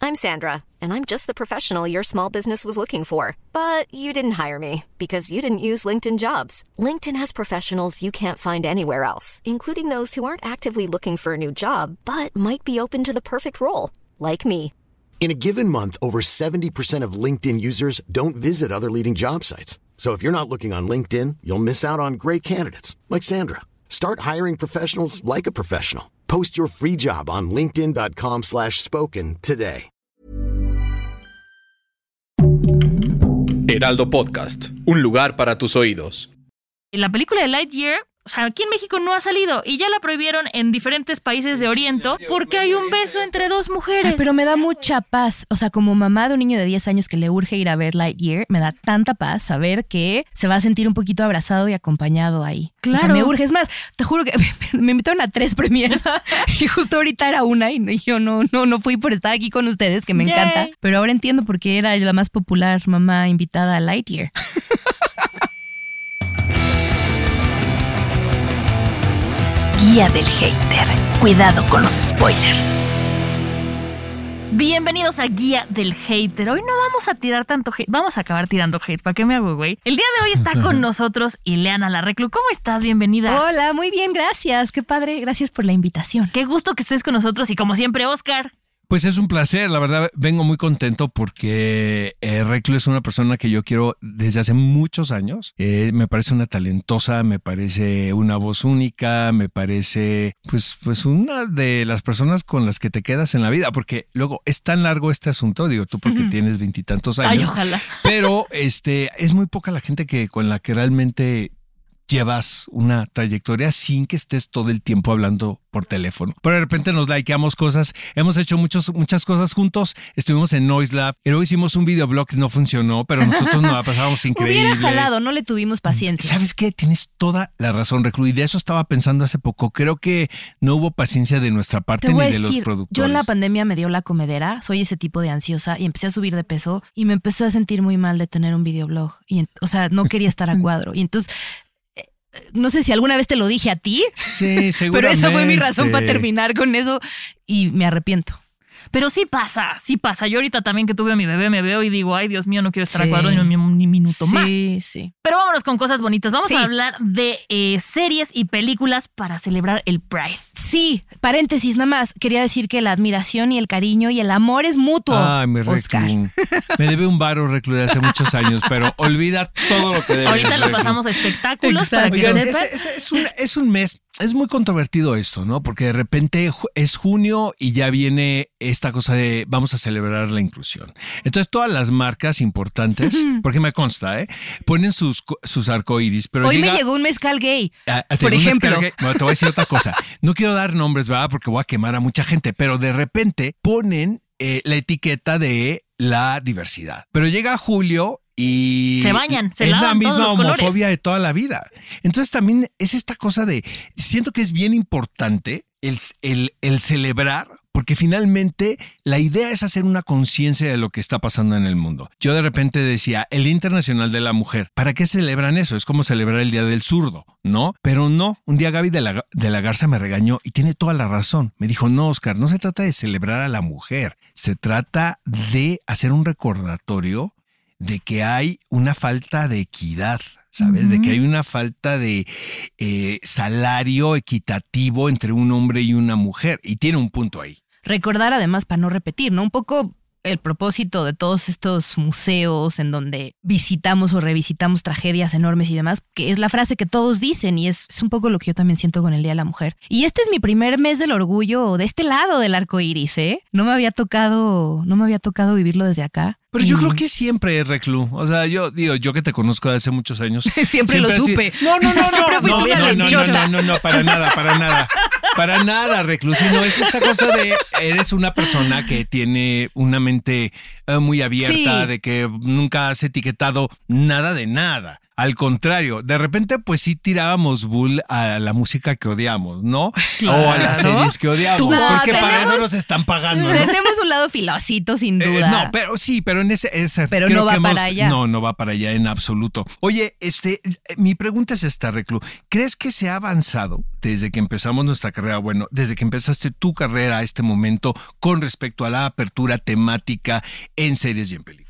I'm Sandra, and I'm just the professional your small business was looking for. But you didn't hire me because you didn't use LinkedIn Jobs. LinkedIn has professionals you can't find anywhere else, including those who aren't actively looking for a new job, but might be open to the perfect role, like me. In a given month, over 70% of LinkedIn users don't visit other leading job sites. So if you're not looking on LinkedIn, you'll miss out on great candidates like Sandra. Start hiring professionals like a professional. Post your free job on linkedin.com/spoken today. Heraldo Podcast, un lugar para tus oídos. La película de Lightyear, o sea, aquí en México no ha salido y ya la prohibieron en diferentes países de Oriente porque hay un beso entre dos mujeres. Ay, pero me da mucha paz. O sea, como mamá de un niño de 10 años que le urge ir a ver Lightyear, me da tanta paz saber que se va a sentir un poquito abrazado y acompañado ahí. Claro. O sea, me urge. Es más, te juro que me invitaron a 3 premiers y justo ahorita era una y yo no fui por estar aquí con ustedes, que me encanta. Pero ahora entiendo por qué era la más popular mamá invitada a Lightyear. Guía del hater. Cuidado con los spoilers. Bienvenidos a Guía del Hater. Hoy no vamos a tirar tanto hate, vamos a acabar tirando hate. ¿Para qué me hago, güey? El día de hoy está con nosotros Ileana Larreclu. ¿Cómo estás? Bienvenida. Hola, muy bien, gracias. Qué padre, gracias por la invitación. Qué gusto que estés con nosotros y como siempre, Oscar. Pues es un placer, la verdad vengo muy contento porque Reclu es una persona que yo quiero desde hace muchos años. Me parece una talentosa, me parece una voz única, me parece pues una de las personas con las que te quedas en la vida, porque luego es tan largo este asunto, digo tú porque tienes 20 y tantos años. Ay, ojalá. Pero es muy poca la gente con la que realmente llevas una trayectoria sin que estés todo el tiempo hablando por teléfono. Pero de repente nos likeamos cosas, hemos hecho muchas cosas juntos, estuvimos en Noise Lab, pero hicimos un videoblog que no funcionó, pero nosotros nos la pasamos increíble. Hubiera jalado, no le tuvimos paciencia. ¿Sabes qué? Tienes toda la razón, Reclu, y de eso estaba pensando hace poco. Creo que no hubo paciencia de nuestra parte ni de los productores. Yo en la pandemia me dio la comedera, soy ese tipo de ansiosa y empecé a subir de peso y me empezó a sentir muy mal de tener un videoblog. O sea, no quería estar a cuadro. Y entonces no sé si alguna vez te lo dije a ti. Sí, seguramente. Pero esa fue mi razón para terminar con eso y me arrepiento. Pero sí pasa. Yo ahorita también que tuve a mi bebé me veo y digo, ay, Dios mío, no quiero estar a cuadro ni minuto más. Sí. Pero vámonos con cosas bonitas. Vamos a hablar de series y películas para celebrar el Pride. Sí, paréntesis nada más. Quería decir que la admiración y el cariño y el amor es mutuo. Ay, mi Reclu. Me debe un varo, Reclu, de hace muchos años, pero olvida todo lo que debe. Ahorita lo pasamos a espectáculos. Para que Oigan, sepan. es un mes. Es muy controvertido esto, ¿no? Porque de repente es junio y ya viene esta cosa de vamos a celebrar la inclusión. Entonces todas las marcas importantes, porque me consta, ponen sus arcoíris. Pero hoy me llegó un mezcal gay, por ejemplo. Bueno, te voy a decir otra cosa. No quiero dar nombres, ¿verdad? Porque voy a quemar a mucha gente, pero de repente ponen la etiqueta de la diversidad. Pero llega julio y se bañan, se es lavan la misma todos los homofobia colores de toda la vida. Entonces también es esta cosa de, siento que es bien importante el celebrar, porque finalmente la idea es hacer una conciencia de lo que está pasando en el mundo. Yo de repente decía, el Día Internacional de la Mujer, ¿para qué celebran eso? Es como celebrar el Día del Zurdo, ¿no? Pero no, un día Gaby de la Garza me regañó y tiene toda la razón. Me dijo, no, Oscar, no se trata de celebrar a la mujer, se trata de hacer un recordatorio de que hay una falta de equidad, ¿sabes? De que hay una falta de salario equitativo entre un hombre y una mujer. Y tiene un punto ahí. Recordar además para no repetir, ¿no? Un poco el propósito de todos estos museos en donde visitamos o revisitamos tragedias enormes y demás, que es la frase que todos dicen y es un poco lo que yo también siento con el Día de la Mujer. Y este es mi primer mes del orgullo de este lado del arco iris, ¿eh? No me había tocado vivirlo desde acá. Pero yo creo que siempre es Reclu. O sea, yo que te conozco de hace muchos años. siempre lo supe. No. Siempre fuiste una lechota. No, para nada. Para nada, Reclu. Sino es esta cosa de eres una persona que tiene una mente muy abierta, de que nunca has etiquetado nada de nada. Al contrario, de repente pues sí tirábamos bull a la música que odiamos, ¿no? Claro. O a las series que odiamos, No, porque para tenemos- eso nos están pagando, ¿no? Tenemos un lado filosito, sin duda. No, pero sí, pero en ese Pero creo no va que para allá. No va para allá en absoluto. Oye, mi pregunta es esta, Reclu. ¿Crees que se ha avanzado desde que empezamos nuestra carrera? Bueno, desde que empezaste tu carrera a este momento con respecto a la apertura temática en series y en películas.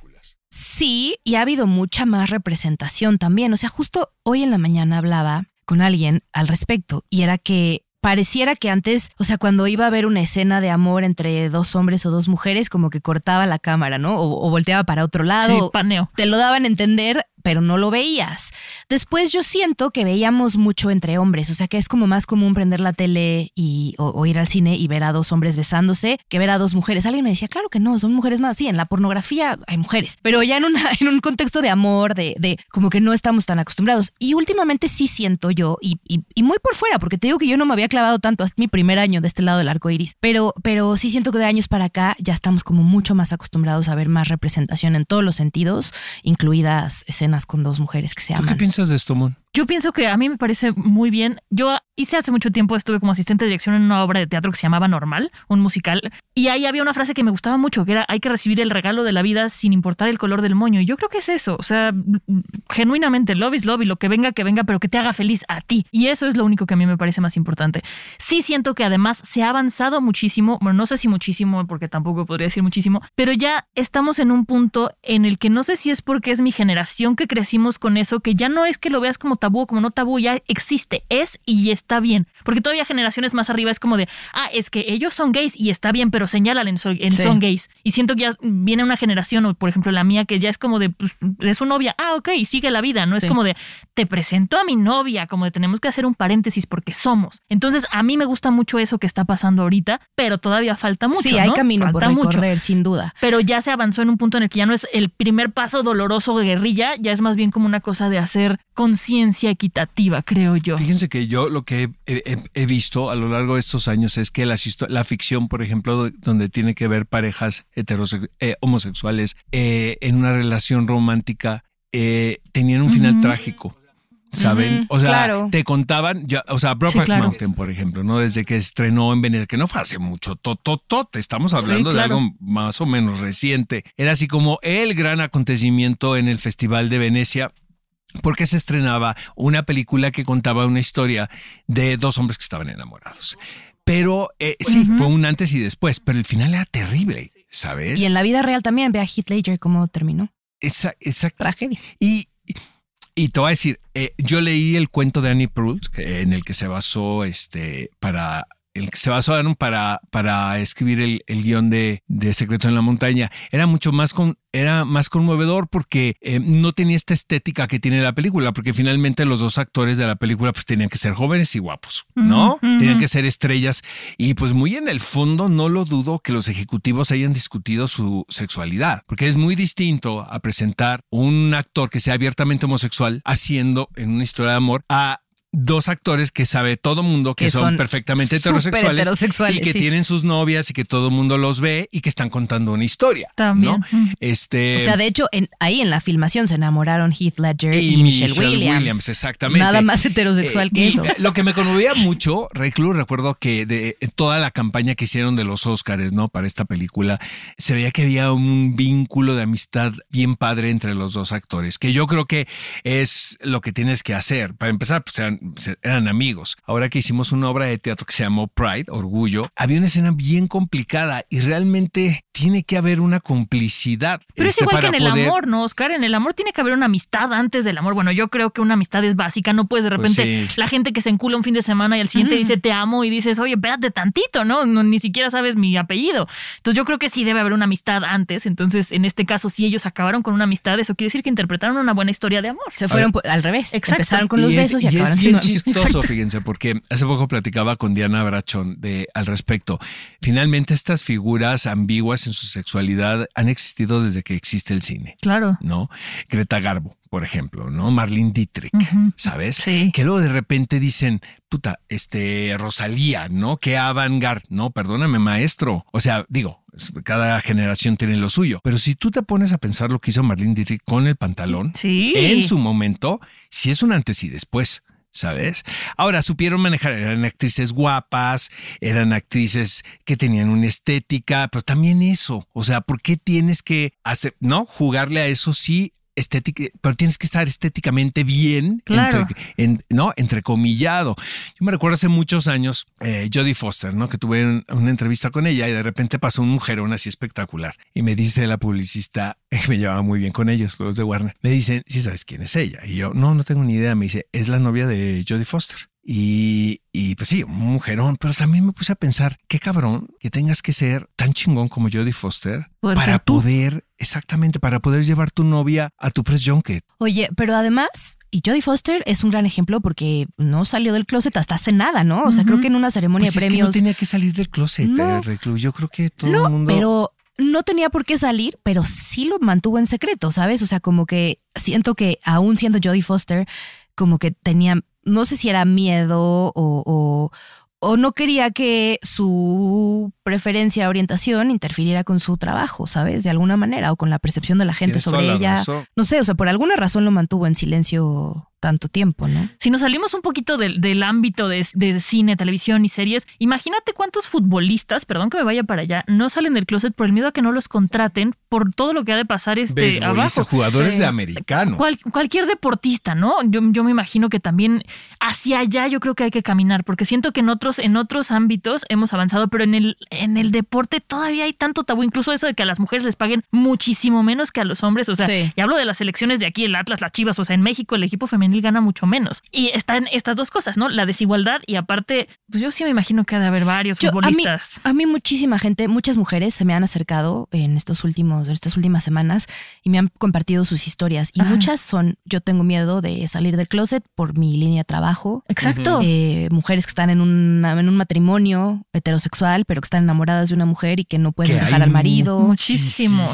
Sí, y ha habido mucha más representación también. O sea, justo hoy en la mañana hablaba con alguien al respecto y era que pareciera que antes, o sea, cuando iba a haber una escena de amor entre dos hombres o dos mujeres, como que cortaba la cámara, ¿no? O volteaba para otro lado. Sí, paneo. Te lo daban a entender, pero no lo veías. Después yo siento que veíamos mucho entre hombres, o sea que es como más común prender la tele o ir al cine y ver a dos hombres besándose que ver a dos mujeres. Alguien me decía, claro que no, son mujeres más. Sí, en la pornografía hay mujeres, pero ya en un contexto de amor, de como que no estamos tan acostumbrados. Y últimamente sí siento yo, y muy por fuera, porque te digo que yo no me había clavado tanto hasta mi primer año de este lado del arco iris, pero sí siento que de años para acá ya estamos como mucho más acostumbrados a ver más representación en todos los sentidos, incluidas escenas con dos mujeres que se ¿Tú aman. qué piensas de esto, Mon? Yo pienso que a mí me parece muy bien. Yo hice hace mucho tiempo, estuve como asistente de dirección en una obra de teatro que se llamaba Normal, un musical, y ahí había una frase que me gustaba mucho, que era: hay que recibir el regalo de la vida sin importar el color del moño. Y yo creo que es eso, o sea, genuinamente, love is love, y lo que venga, pero que te haga feliz a ti. Y eso es lo único que a mí me parece más importante. Sí siento que además se ha avanzado muchísimo, bueno, no sé si muchísimo, porque tampoco podría decir muchísimo, pero ya estamos en un punto en el que no sé si es porque es mi generación que crecimos con eso, que ya no es que lo veas como tabú o como no tabú, ya existe, es y está bien. Porque todavía generaciones más arriba es como de, es que ellos son gays y está bien, pero señálale son gays. Y siento que ya viene una generación, o por ejemplo la mía, que ya es como de, pues, es su novia, ok, sigue la vida, no es como de, te presento a mi novia, como de tenemos que hacer un paréntesis porque somos. Entonces a mí me gusta mucho eso que está pasando ahorita, pero todavía falta mucho. Sí, hay ¿no? camino por Falta recorrer, mucho. sin duda. Pero ya se avanzó en un punto en el que ya no es el primer paso doloroso de guerrilla, ya es más bien como una cosa de hacer conciencia equitativa, creo yo. Fíjense que yo lo que he visto a lo largo de estos años es que la ficción, por ejemplo, donde tiene que ver parejas homosexuales en una relación romántica, tenían un final trágico. ¿Saben? O sea, claro. te contaban, Brokeback claro. Mountain, por ejemplo, ¿no? Desde que estrenó en Venecia, que no fue hace mucho, estamos hablando de claro. algo más o menos reciente. Era así como el gran acontecimiento en el Festival de Venecia, porque se estrenaba una película que contaba una historia de dos hombres que estaban enamorados. Pero sí, fue un antes y después, pero el final era terrible, ¿sabes? Y en la vida real también, ve a Heath Ledger cómo terminó. Exacto. Tragedia. Y te voy a decir, yo leí el cuento de Annie Proulx, en el que se basó para escribir el guión de Secreto en la Montaña. Era mucho más conmovedor porque no tenía esta estética que tiene la película, porque finalmente los dos actores de la película pues tenían que ser jóvenes y guapos, ¿no? Tenían que ser estrellas y pues muy en el fondo no lo dudo que los ejecutivos hayan discutido su sexualidad, porque es muy distinto a presentar un actor que sea abiertamente homosexual haciendo en una historia de amor a dos actores que sabe todo mundo que son perfectamente heterosexuales y que tienen sus novias y que todo el mundo los ve y que están contando una historia. También. ¿No? O sea, de hecho, ahí en la filmación se enamoraron Heath Ledger y Michelle Williams. Exactamente. Nada más heterosexual que eso. Lo que me conmovía mucho, Reclu, recuerdo que de toda la campaña que hicieron de los Óscares, ¿no? Para esta película, se veía que había un vínculo de amistad bien padre entre los dos actores, que yo creo que es lo que tienes que hacer. Para empezar, pues eran amigos. Ahora que hicimos una obra de teatro que se llamó Pride, Orgullo, había una escena bien complicada y realmente tiene que haber una complicidad. Pero es igual que en el amor, ¿no, Oscar? En el amor tiene que haber una amistad antes del amor. Bueno, yo creo que una amistad es básica. No puedes de repente, la gente que se encula un fin de semana y al siguiente dice te amo y dices, oye, espérate tantito, ¿no? Ni siquiera sabes mi apellido. Entonces yo creo que sí debe haber una amistad antes. Entonces, en este caso, si ellos acabaron con una amistad, eso quiere decir que interpretaron una buena historia de amor. Se fueron al revés. Exacto. Empezaron con los besos y acabaron siendo siendo chistoso, fíjense, porque hace poco platicaba con Diana Brachón al respecto. Finalmente, estas figuras ambiguas en su sexualidad han existido desde que existe el cine. Claro. ¿No? Greta Garbo, por ejemplo, ¿no? Marlene Dietrich, ¿sabes? Sí. Que luego de repente dicen, puta, Rosalía, ¿no? Qué avant-garde, no, perdóname, maestro. O sea, digo, cada generación tiene lo suyo. Pero si tú te pones a pensar lo que hizo Marlene Dietrich con el pantalón, en su momento, sí es un antes y después. ¿Sabes? Ahora supieron manejar, eran actrices guapas, eran actrices que tenían una estética, pero también eso, o sea, ¿por qué tienes que hacer, no? Jugarle a eso sí, estética, pero tienes que estar estéticamente bien, claro. Entrecomillado. Yo me recuerdo hace muchos años, Jodie Foster, ¿no? Que tuve una entrevista con ella y de repente pasó un mujerón así espectacular. Y me dice la publicista, me llevaba muy bien con ellos, los de Warner, me dicen, ¿sí sabes quién es ella? Y yo, no tengo ni idea. Me dice, es la novia de Jodie Foster. Y pues sí, un mujerón, pero también me puse a pensar, qué cabrón que tengas que ser tan chingón como Jodie Foster para poder, exactamente, para poder llevar tu novia a tu press junket. Oye, pero además, y Jodie Foster es un gran ejemplo porque no salió del closet hasta hace nada, ¿no? O sea, creo que en una ceremonia pues de premios... Es que no tenía que salir del closet, Reclu. Yo creo que todo el mundo... pero... No tenía por qué salir, pero sí lo mantuvo en secreto, ¿sabes? O sea, como que siento que aún siendo Jodie Foster, como que tenía, no sé si era miedo o no quería que su preferencia, orientación interfiriera con su trabajo, ¿sabes? De alguna manera, o con la percepción de la gente sobre ella. No sé, o sea, por alguna razón lo mantuvo en silencio tanto tiempo, ¿no? Si nos salimos un poquito del ámbito de cine, televisión y series, imagínate cuántos futbolistas, perdón que me vaya para allá, no salen del closet por el miedo a que no los contraten por todo lo que ha de pasar abajo. Jugadores de americano. Cualquier deportista, ¿no? Yo me imagino que también hacia allá yo creo que hay que caminar, porque siento que en otros ámbitos hemos avanzado, pero en el deporte todavía hay tanto tabú, incluso eso de que a las mujeres les paguen muchísimo menos que a los hombres. O sea, y hablo de las selecciones de aquí, el Atlas, las Chivas, o sea, en México el equipo femenil gana mucho menos. Y están estas dos cosas, ¿no? La desigualdad y aparte, pues yo sí me imagino que ha de haber varios futbolistas. A mí muchísima gente, muchas mujeres se me han acercado en estas últimas semanas y me han compartido sus historias. Y muchas son, yo tengo miedo de salir del closet por mi línea de trabajo. Exacto. Mujeres que están en un matrimonio heterosexual, pero que están enamoradas de una mujer y que no pueden dejar al marido. Muchísimo.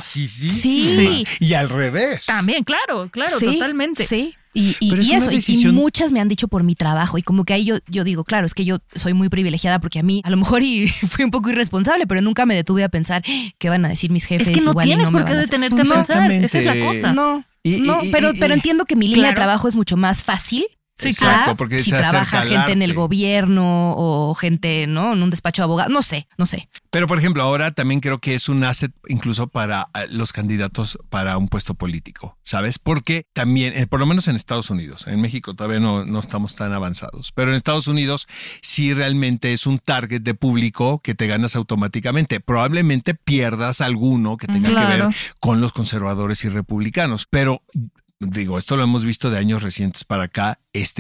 Sí. Y al revés. También, claro, totalmente. Sí. Y muchas me han dicho por mi trabajo y como que ahí yo digo, claro, es que yo soy muy privilegiada porque a mí a lo mejor fui un poco irresponsable, pero nunca me detuve a pensar qué van a decir mis jefes. Es que no igual tienes no por qué detenerte a pensar, esa es la cosa. No, pero entiendo que mi línea de trabajo es mucho más fácil. Sí, exacto, porque si trabaja gente en el gobierno o gente, ¿no? En un despacho de abogados, no sé. Pero, por ejemplo, ahora también creo que es un asset incluso para los candidatos para un puesto político, ¿sabes? Porque también, por lo menos en Estados Unidos, en México todavía no estamos tan avanzados, pero en Estados Unidos sí realmente es un target de público que te ganas automáticamente. Probablemente pierdas alguno que tenga que ver con los conservadores y republicanos, pero... Digo, esto lo hemos visto de años recientes para acá,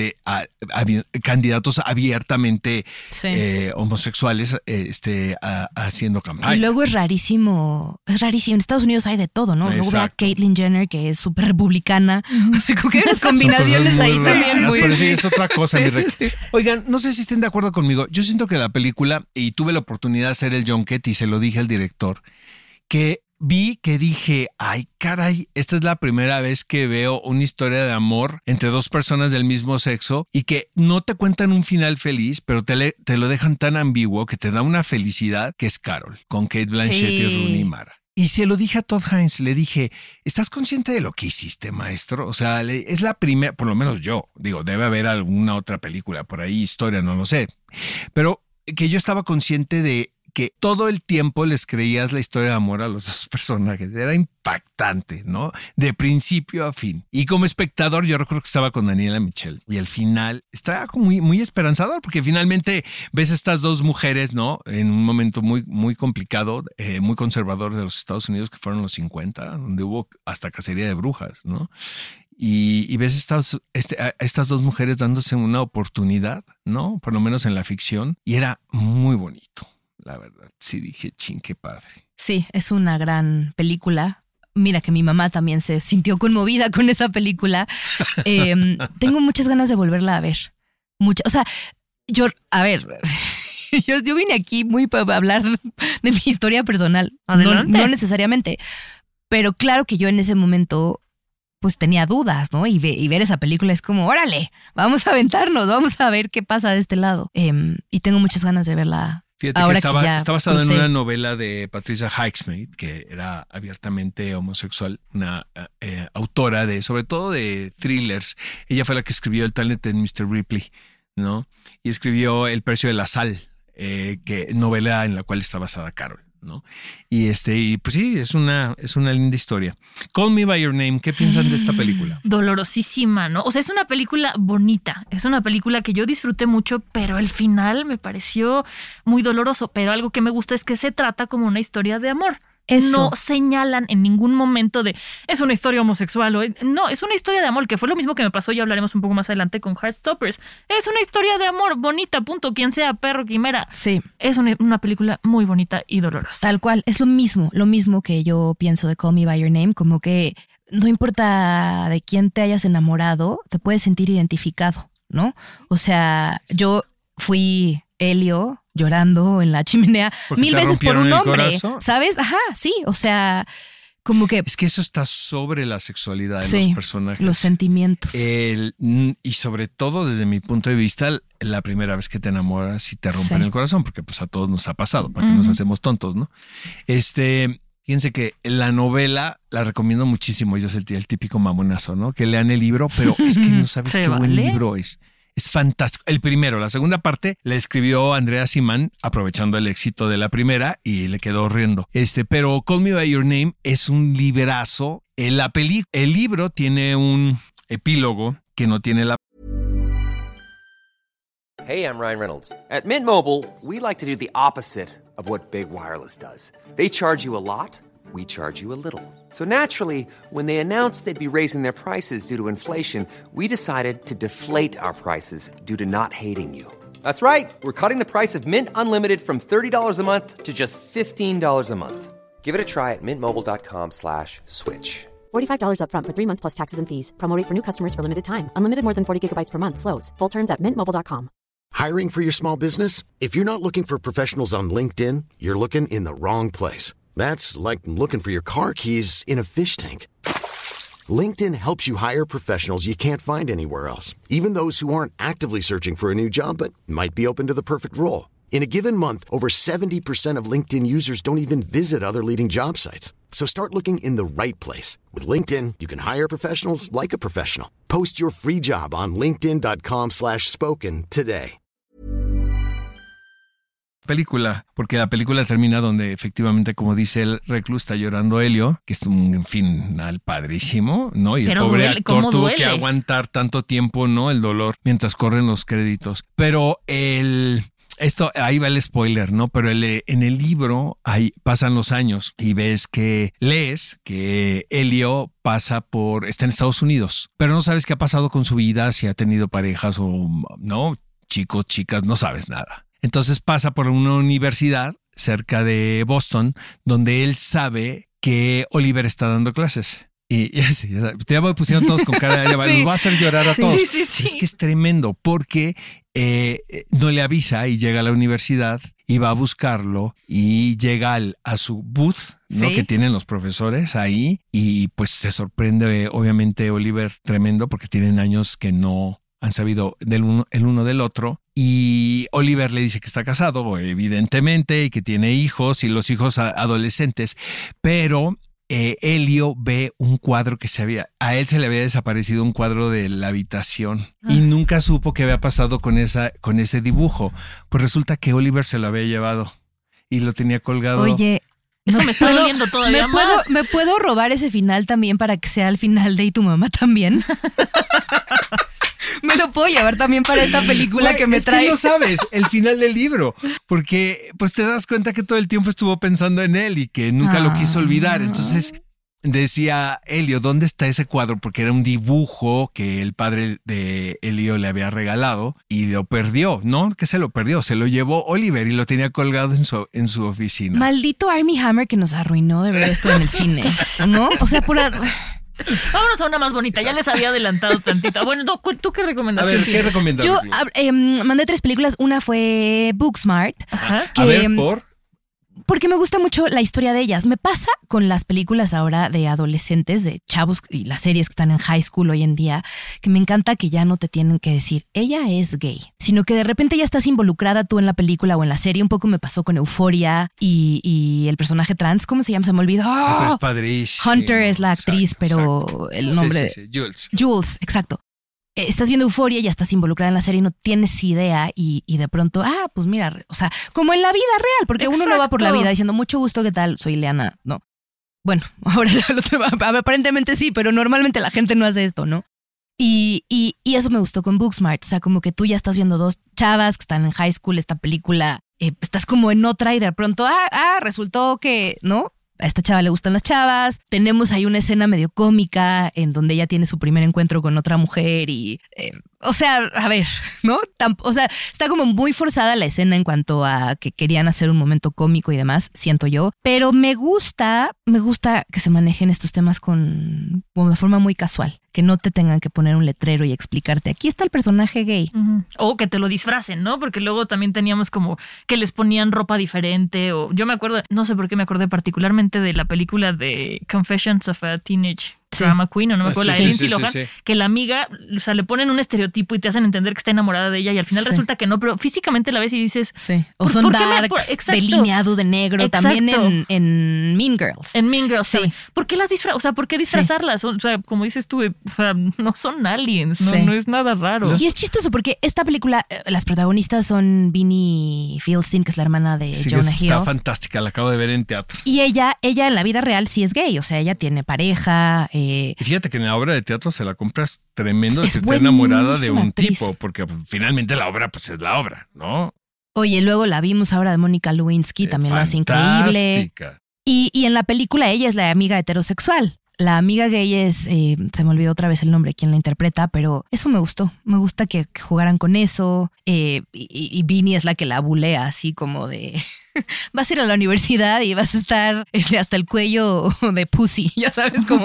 candidatos abiertamente homosexuales haciendo campaña. Y luego es rarísimo. En Estados Unidos hay de todo, ¿no? Luego ve a Caitlyn Jenner, que es súper republicana. O sea, como que hay unas combinaciones ahí también. Pero sí, es otra cosa. Sí. Oigan, no sé si estén de acuerdo conmigo. Yo siento que la película, y tuve la oportunidad de hacer el junket y se lo dije al director, que dije, ay caray, esta es la primera vez que veo una historia de amor entre dos personas del mismo sexo y que no te cuentan un final feliz, pero te lo dejan tan ambiguo que te da una felicidad, que es Carol, con Kate Blanchett y Rooney Mara. Y se lo dije a Todd Haynes, le dije, ¿estás consciente de lo que hiciste, maestro? O sea, es la primera, por lo menos yo, digo, debe haber alguna otra película por ahí, historia, no lo sé, pero que yo estaba consciente de que todo el tiempo les creías la historia de amor a los dos personajes. Era impactante, ¿no? De principio a fin. Y como espectador, yo recuerdo que estaba con Daniela Michelle. Y al final estaba muy, muy esperanzador, porque finalmente ves a estas dos mujeres, ¿no? En un momento muy, muy complicado, muy conservador de los Estados Unidos, que fueron los 50, donde hubo hasta cacería de brujas, ¿no? Y ves estas dos mujeres dándose una oportunidad, ¿no? Por lo menos en la ficción. Y era muy bonito. La verdad, sí dije, chin, qué padre. Sí, es una gran película. Mira que mi mamá también se sintió conmovida con esa película. Tengo muchas ganas de volverla a ver. Yo vine aquí muy para hablar de mi historia personal. No necesariamente. Pero claro que yo en ese momento pues tenía dudas, ¿no? Y ver esa película es como, órale, vamos a aventarnos, vamos a ver qué pasa de este lado. Y tengo muchas ganas de verla. Fíjate ahora está basada en una novela de Patricia Highsmith, que era abiertamente homosexual, una autora sobre todo de thrillers. Ella fue la que escribió El talento de Mr. Ripley, ¿no? Y escribió El precio de la sal, novela en la cual está basada Carol, ¿no? Y pues sí, es una linda historia. Call Me By Your Name, ¿qué piensan de esta película? Dolorosísima, ¿no? O sea, es una película bonita, es una película que yo disfruté mucho, pero el final me pareció muy doloroso. Pero algo que me gusta es que se trata como una historia de amor. Eso. No señalan en ningún momento de es una historia homosexual no, es una historia de amor, que fue lo mismo que me pasó, ya hablaremos un poco más adelante con Heartstoppers. Es una historia de amor bonita, punto, quien sea, perro, quimera. Sí. Es una película muy bonita y dolorosa. Tal cual, es lo mismo que yo pienso de Call Me By Your Name, como que no importa de quién te hayas enamorado, te puedes sentir identificado, ¿no? O sea, yo fui Elio llorando en la chimenea porque 1000 veces por un hombre, corazón. ¿sabes? Ajá, sí, o sea, como que... Es que eso está sobre la sexualidad de sí, los personajes. Los sentimientos. Y sobre todo, desde mi punto de vista, la primera vez que te enamoras y te rompen el corazón, porque pues a todos nos ha pasado, para que nos hacemos tontos, ¿no? Fíjense que la novela la recomiendo muchísimo. Yo soy el típico mamonazo, ¿no? Que lean el libro, pero es que no sabes qué buen libro es. Es fantástico. El primero, la segunda parte la escribió Andrea Simán, aprovechando el éxito de la primera y le quedó horrendo. Pero Call Me By Your Name es un librazo. El libro tiene un epílogo que no tiene la... Hey, I'm Ryan Reynolds. At Mint Mobile, we like to do the opposite of what Big Wireless does. They charge you a lot. We charge you a little. So naturally, when they announced they'd be raising their prices due to inflation, we decided to deflate our prices due to not hating you. That's right. We're cutting the price of Mint Unlimited from $30 a month to just $15 a month. Give it a try at mintmobile.com/switch. $45 up front for 3 months plus taxes and fees. Promo rate for new customers for limited time. Unlimited more than 40 gigabytes per month. Slows full terms at mintmobile.com. Hiring for your small business? If you're not looking for professionals on LinkedIn, you're looking in the wrong place. That's like looking for your car keys in a fish tank. LinkedIn helps you hire professionals you can't find anywhere else, even those who aren't actively searching for a new job but might be open to the perfect role. In a given month, over 70% of LinkedIn users don't even visit other leading job sites. So start looking in the right place. With LinkedIn, you can hire professionals like a professional. Post your free job on linkedin.com/spoken today. Película, porque la película termina donde efectivamente, como dice el recluso, está llorando Helio, que es un final padrísimo, ¿no? Y pero el pobre duele, actor tuvo duele. que aguantar tanto tiempo, ¿no? El dolor mientras corren los créditos. Pero ahí va el spoiler, ¿no? Pero en el libro ahí pasan los años y lees que Helio está en Estados Unidos, pero no sabes qué ha pasado con su vida, si ha tenido parejas o no, chicos, chicas, no sabes nada. Entonces pasa por una universidad cerca de Boston donde él sabe que Oliver está dando clases. Y ya me pusieron todos con cara de los va a hacer llorar a todos. Sí. Es que es tremendo porque no le avisa y llega a la universidad y va a buscarlo y llega a su booth, ¿no? Que tienen los profesores ahí y pues se sorprende obviamente Oliver tremendo porque tienen años que no han sabido el uno del otro. Y Oliver le dice que está casado, evidentemente, y que tiene hijos y los hijos adolescentes, pero Helio ve un cuadro a él se le había desaparecido un cuadro de la habitación y nunca supo qué había pasado con ese dibujo. Pues resulta que Oliver se lo había llevado y lo tenía colgado. Oye, eso me está doliendo todavía más. ¿Me puedo robar ese final también para que sea el final de Y tu mamá también? Me lo puedo llevar también para esta película que me trae. Es que no sabes el final del libro, porque pues te das cuenta que todo el tiempo estuvo pensando en él y que nunca lo quiso olvidar. Entonces decía Helio, ¿dónde está ese cuadro? Porque era un dibujo que el padre de Helio le había regalado y lo perdió. No, que se lo perdió, se lo llevó Oliver y lo tenía colgado en su oficina. Maldito Armie Hammer que nos arruinó de ver esto en el cine, ¿no? O sea, vámonos a una más bonita, ya les había adelantado tantito. Bueno, ¿tú qué recomendaste? A ver, ¿qué recomiendas? Yo mandé 3 películas. Una fue Booksmart. Ajá. A ver, Porque me gusta mucho la historia de ellas. Me pasa con las películas ahora de adolescentes, de chavos y las series que están en high school hoy en día, que me encanta que ya no te tienen que decir, ella es gay, sino que de repente ya estás involucrada tú en la película o en la serie. Un poco me pasó con Euphoria y el personaje trans, ¿cómo se llama? Se me olvidó. Pero es padrísimo. Hunter es la actriz, pero exacto. el nombre... Sí, Jules. Jules, exacto. Estás viendo Euphoria, ya estás involucrada en la serie y no tienes idea y de pronto, pues mira, o sea, como en la vida real, porque uno no va por la vida diciendo mucho gusto, ¿qué tal? Soy Ileana, no. Bueno, ahora aparentemente sí, pero normalmente la gente no hace esto, ¿no? Y eso me gustó con Booksmart, o sea, como que tú ya estás viendo dos chavas que están en high school, esta película, estás como en otra y de pronto, resultó que, ¿no? A esta chava le gustan las chavas. Tenemos ahí una escena medio cómica en donde ella tiene su primer encuentro con otra mujer y... o sea, a ver, ¿no? O sea, está como muy forzada la escena en cuanto a que querían hacer un momento cómico y demás, siento yo. Pero me gusta que se manejen estos temas como de forma muy casual. Que no te tengan que poner un letrero y explicarte, aquí está el personaje gay. Uh-huh. O que te lo disfracen, ¿no? Porque luego también teníamos como que les ponían ropa diferente. O yo me acuerdo, no sé por qué me acordé particularmente de la película de Confessions of a Teenage Drama Queen, o no me acuerdo, la de Lindsay Lohan, que la amiga, o sea, le ponen un estereotipo y te hacen entender que está enamorada de ella y al final resulta que no, pero físicamente la ves y dices... Sí, o son darks, delineado de negro, también en Mean Girls. En Mean Girls, sí. ¿Por qué las ¿por qué disfrazarlas? O sea, como dices tú, o sea, no son aliens, no es nada raro. Y es chistoso porque esta película, las protagonistas son Beanie Feldstein, que es la hermana de Jonah Hill. Está fantástica, la acabo de ver en teatro. Y ella en la vida real sí es gay, o sea, ella tiene pareja. Y fíjate que en la obra de teatro se la compras tremendo, que está enamorada de un tipo, porque finalmente la obra pues es la obra, ¿no? Oye, luego la vimos ahora de Mónica Lewinsky, también lo hace increíble. Y en la película ella es la amiga heterosexual. La amiga gay es, se me olvidó otra vez el nombre, quién la interpreta, pero eso me gustó. Me gusta que jugaran con eso. Y Beanie es la que la bulea, así como de... vas a ir a la universidad y vas a estar hasta el cuello de pussy, ya sabes, como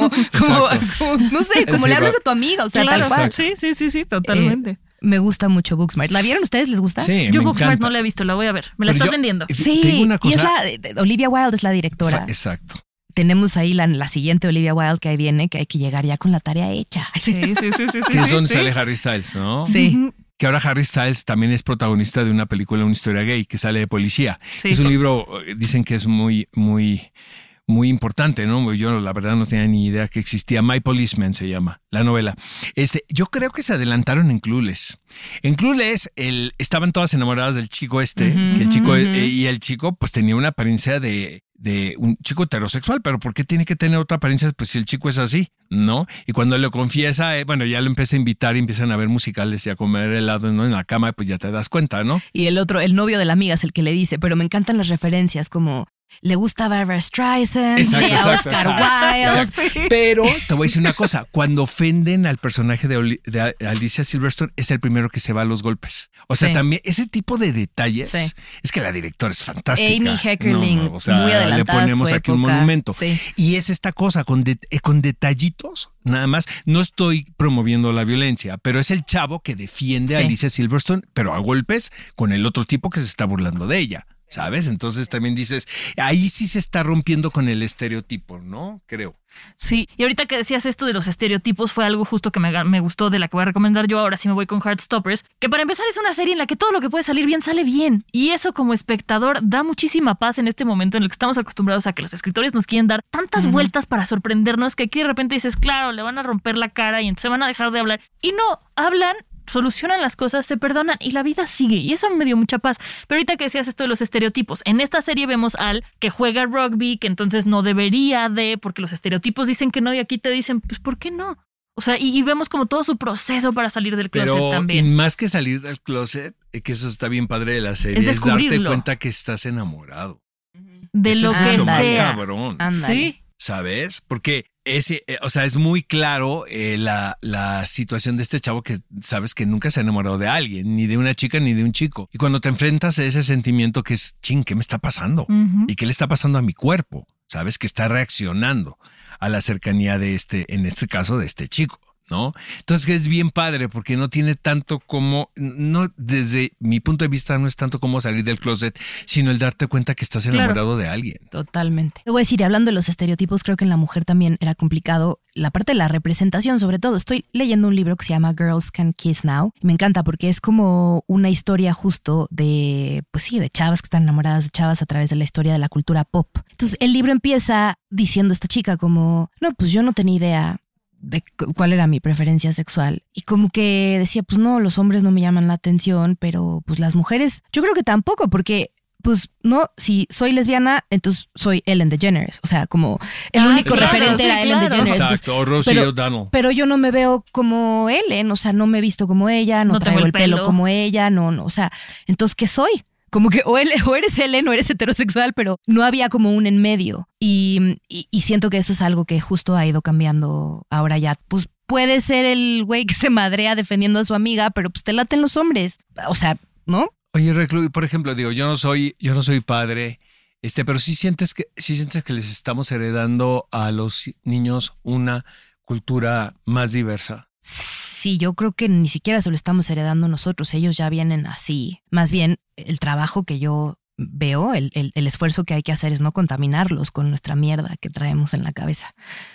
no sé, como le hablas a tu amiga, o sea, claro, tal cual. Sí, totalmente. Me gusta mucho Booksmart. ¿La vieron ustedes? ¿Les gusta? Sí, yo Booksmart no la he visto, la voy a ver. Me la estás vendiendo. Sí, una cosa, y es Olivia Wilde es la directora. Exacto. Tenemos ahí la siguiente Olivia Wilde que ahí viene, que hay que llegar ya con la tarea hecha. Sí. Que es donde sale Harry Styles, ¿no? Sí. Uh-huh. Que ahora Harry Styles también es protagonista de una película, una historia gay, que sale de policía. Sí. Es un libro, dicen que es muy, muy, muy importante, ¿no? Yo la verdad no tenía ni idea que existía. My Policeman se llama, la novela. Yo creo que se adelantaron en Clueless. En Clueless estaban todas enamoradas del chico que el chico y el chico pues tenía una apariencia de un chico heterosexual, pero ¿por qué tiene que tener otra apariencia? Pues si el chico es así, ¿no? Y cuando le confiesa, ya lo empieza a invitar y empiezan a ver musicales y a comer helado, ¿no? En la cama, pues ya te das cuenta, ¿no? Y el novio de la amiga es el que le dice, pero me encantan las referencias, como le gusta Barbra Streisand, Oscar Wilde. Sí. Pero te voy a decir una cosa, cuando ofenden al personaje de Alicia Silverstone, es el primero que se va a los golpes. O sea, también ese tipo de detalles, es que la directora es fantástica. Amy Heckerling, muy adelantada. Le ponemos aquí un monumento. Sí. Y es esta cosa, con detallitos, nada más. No estoy promoviendo la violencia, pero es el chavo que defiende a Alicia Silverstone, pero a golpes con el otro tipo que se está burlando de ella. ¿Sabes? Entonces también dices, ahí sí se está rompiendo con el estereotipo, ¿no? Creo. Sí, y ahorita que decías esto de los estereotipos fue algo justo que me gustó, de la que voy a recomendar yo. Ahora sí me voy con Heartstoppers, que para empezar es una serie en la que todo lo que puede salir bien sale bien, y eso como espectador da muchísima paz en este momento en el que estamos acostumbrados a que los escritores nos quieren dar tantas vueltas para sorprendernos que aquí de repente dices, claro, le van a romper la cara y entonces van a dejar de hablar, y no, hablan, solucionan las cosas, se perdonan y la vida sigue, y eso me dio mucha paz. Pero ahorita que decías esto de los estereotipos, en esta serie vemos al que juega rugby, que entonces no debería porque los estereotipos dicen que no, y aquí te dicen, pues ¿por qué no? O sea, y vemos como todo su proceso para salir del closet también. Pero más que salir del closet, que eso está bien padre de la serie, es darte cuenta que estás enamorado. De eso lo es que mucho sea. más cabrón. Sí. ¿Sabes? Porque es muy claro la situación de este chavo que sabes que nunca se ha enamorado de alguien, ni de una chica ni de un chico. Y cuando te enfrentas a ese sentimiento que es, ¿qué me está pasando? ¿Y qué le está pasando a mi cuerpo? ¿Sabes? Que está reaccionando a la cercanía en este caso, de este chico, ¿no? Entonces es bien padre porque no tiene tanto como, no, desde mi punto de vista no es tanto como salir del closet, sino el darte cuenta que estás enamorado de alguien. Totalmente. Te voy a decir, y hablando de los estereotipos, creo que en la mujer también era complicado la parte de la representación, sobre todo. Estoy leyendo un libro que se llama Girls Can Kiss Now. Me encanta porque es como una historia justo de, pues sí, de chavas que están enamoradas de chavas a través de la historia de la cultura pop. Entonces el libro empieza diciendo esta chica como, no, pues yo no tenía idea de cuál era mi preferencia sexual. Y como que decía, pues no, los hombres no me llaman la atención, pero pues las mujeres, yo creo que tampoco, porque pues no, si soy lesbiana, entonces soy Ellen DeGeneres. O sea, como el único referente era Ellen DeGeneres. Exacto, o Rosie O'Donnell. Pero yo no me veo como Ellen, o sea, no me he visto como ella, no traigo el pelo como ella, no, o sea, entonces, ¿qué soy? Como que o eres Ellen o eres heterosexual, pero no había como un en medio. Y siento que eso es algo que justo ha ido cambiando ahora ya. Pues puede ser el güey que se madrea defendiendo a su amiga, pero pues te laten los hombres. O sea, ¿no? Oye, Reclu, por ejemplo, digo, yo no soy padre, pero sí sientes que les estamos heredando a los niños una cultura más diversa. Sí, yo creo que ni siquiera se lo estamos heredando nosotros, ellos ya vienen así. Más bien, el trabajo que yo veo, el esfuerzo que hay que hacer es no contaminarlos con nuestra mierda que traemos en la cabeza.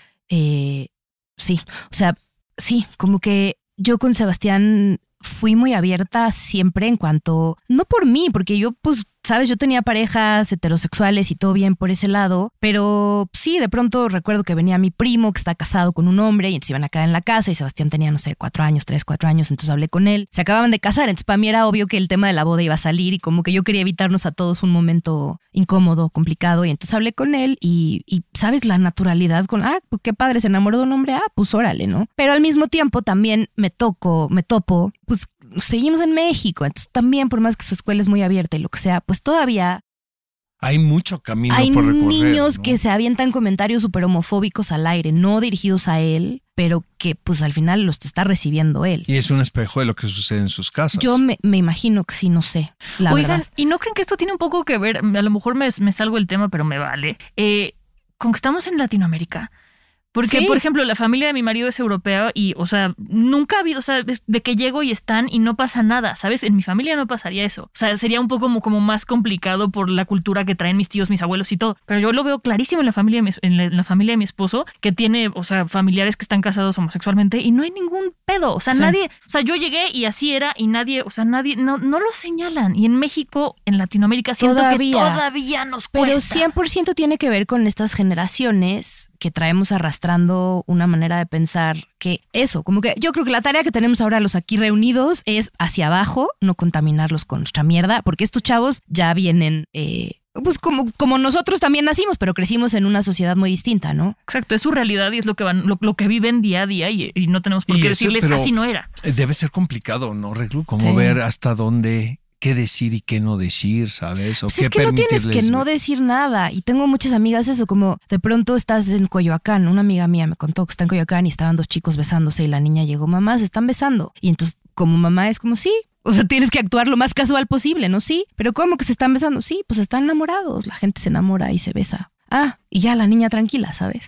Sí, o sea, sí, como que yo con Sebastián fui muy abierta siempre en cuanto, no por mí, porque yo pues, sabes, yo tenía parejas heterosexuales y todo bien por ese lado, pero sí, de pronto recuerdo que venía mi primo que está casado con un hombre y entonces iban a quedar en la casa y Sebastián tenía, no sé, 4 años, entonces hablé con él. Se acababan de casar, entonces para mí era obvio que el tema de la boda iba a salir y como que yo quería evitarnos a todos un momento incómodo, complicado, y entonces hablé con él y sabes, la naturalidad con, pues qué padre, se enamoró de un hombre, pues órale, ¿no? Pero al mismo tiempo también me topo, pues seguimos en México, entonces también por más que su escuela es muy abierta y lo que sea, pues todavía hay mucho camino hay por recorrer. Hay niños, ¿no?, que se avientan comentarios súper homofóbicos al aire, no dirigidos a él, pero que pues al final los está recibiendo él. Y es un espejo de lo que sucede en sus casas. Yo me imagino que sí, no sé, la Oigan, verdad. ¿y no creen que esto tiene un poco que ver, a lo mejor me salgo del tema, pero me vale, con que estamos en Latinoamérica? Porque, Sí. por ejemplo, la familia de mi marido es europea y, o sea, nunca ha habido, o sea, de que llego y están y no pasa nada, ¿sabes? En mi familia no pasaría eso. O sea, sería un poco como más complicado por la cultura que traen mis tíos, mis abuelos y todo. Pero yo lo veo clarísimo en la familia en la familia de mi esposo, que tiene, o sea, familiares que están casados homosexualmente y no hay ningún pedo. O sea, Sí. nadie, o sea, yo llegué y así era y nadie, o sea, nadie, no lo señalan. Y en México, en Latinoamérica, siento que todavía nos cuesta. Pero 100% tiene que ver con estas generaciones que traemos arrastrando una manera de pensar que eso, como que yo creo que la tarea que tenemos ahora los aquí reunidos es hacia abajo, no contaminarlos con nuestra mierda, porque estos chavos ya vienen, pues como nosotros también nacimos, pero crecimos en una sociedad muy distinta, ¿no? Exacto, es su realidad y es lo que lo que viven día a día y no tenemos por Y qué eso, decirles pero así no era. Debe ser complicado, ¿no, Reclu? Como Sí. ver hasta dónde, qué decir y qué no decir, ¿sabes? O Pues qué es que no tienes permitirles que no ver. decir nada. Y tengo muchas amigas eso, como de pronto estás en Coyoacán. Una amiga mía me contó que está en Coyoacán y estaban 2 chicos besándose y la niña llegó, mamá, se están besando. Y entonces como mamá es como, sí, o sea, tienes que actuar lo más casual posible, ¿no? Sí, pero ¿cómo que se están besando? Sí, pues están enamorados. La gente se enamora y se besa. Y ya la niña tranquila, ¿sabes?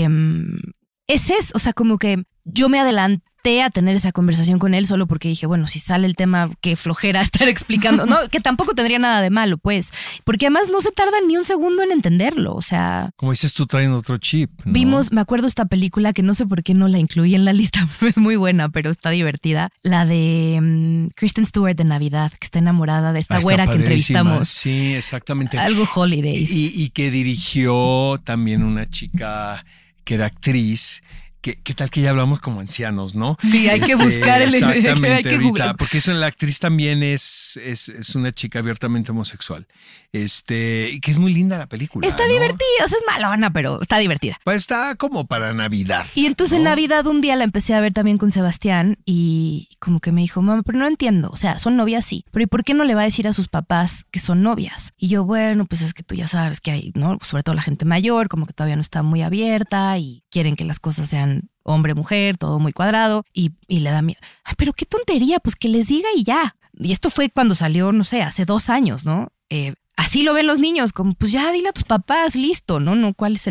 Es eso, o sea, como que yo me adelanté a tener esa conversación con él solo porque dije, bueno, si sale el tema, qué flojera estar explicando. No, que tampoco tendría nada de malo, pues. Porque además no se tarda ni un segundo en entenderlo, o sea... Como dices tú, traen otro chip, ¿no? Me acuerdo esta película que no sé por qué no la incluí en la lista, es muy buena, pero está divertida. La de Kristen Stewart de Navidad, que está enamorada de esta Está güera que padrísima. entrevistamos. Sí, exactamente. Algo Holidays. Y que dirigió también una chica que era actriz. ¿Qué tal que ya hablamos como ancianos, no? Sí, hay que buscar el... Exactamente, hay que ahorita, googlear. porque eso, la actriz también es una chica abiertamente homosexual. Y que es muy linda la película. Está ¿no? divertida, o sea, es malona, pero está divertida. Pues está como para Navidad. Y entonces en Navidad un día la empecé a ver también con Sebastián y como que me dijo, mamá, pero no entiendo, o sea, son novias sí, pero ¿y por qué no le va a decir a sus papás que son novias? Y yo, bueno, pues es que tú ya sabes que hay, ¿no? Sobre todo la gente mayor, como que todavía no está muy abierta y quieren que las cosas sean hombre, mujer, todo muy cuadrado y le da miedo. Ay, pero qué tontería, pues que les diga y ya. Y esto fue cuando salió, no sé, hace 2 años, ¿no? Así lo ven los niños, como pues ya dile a tus papás, listo, ¿no? ¿Cuál es el...?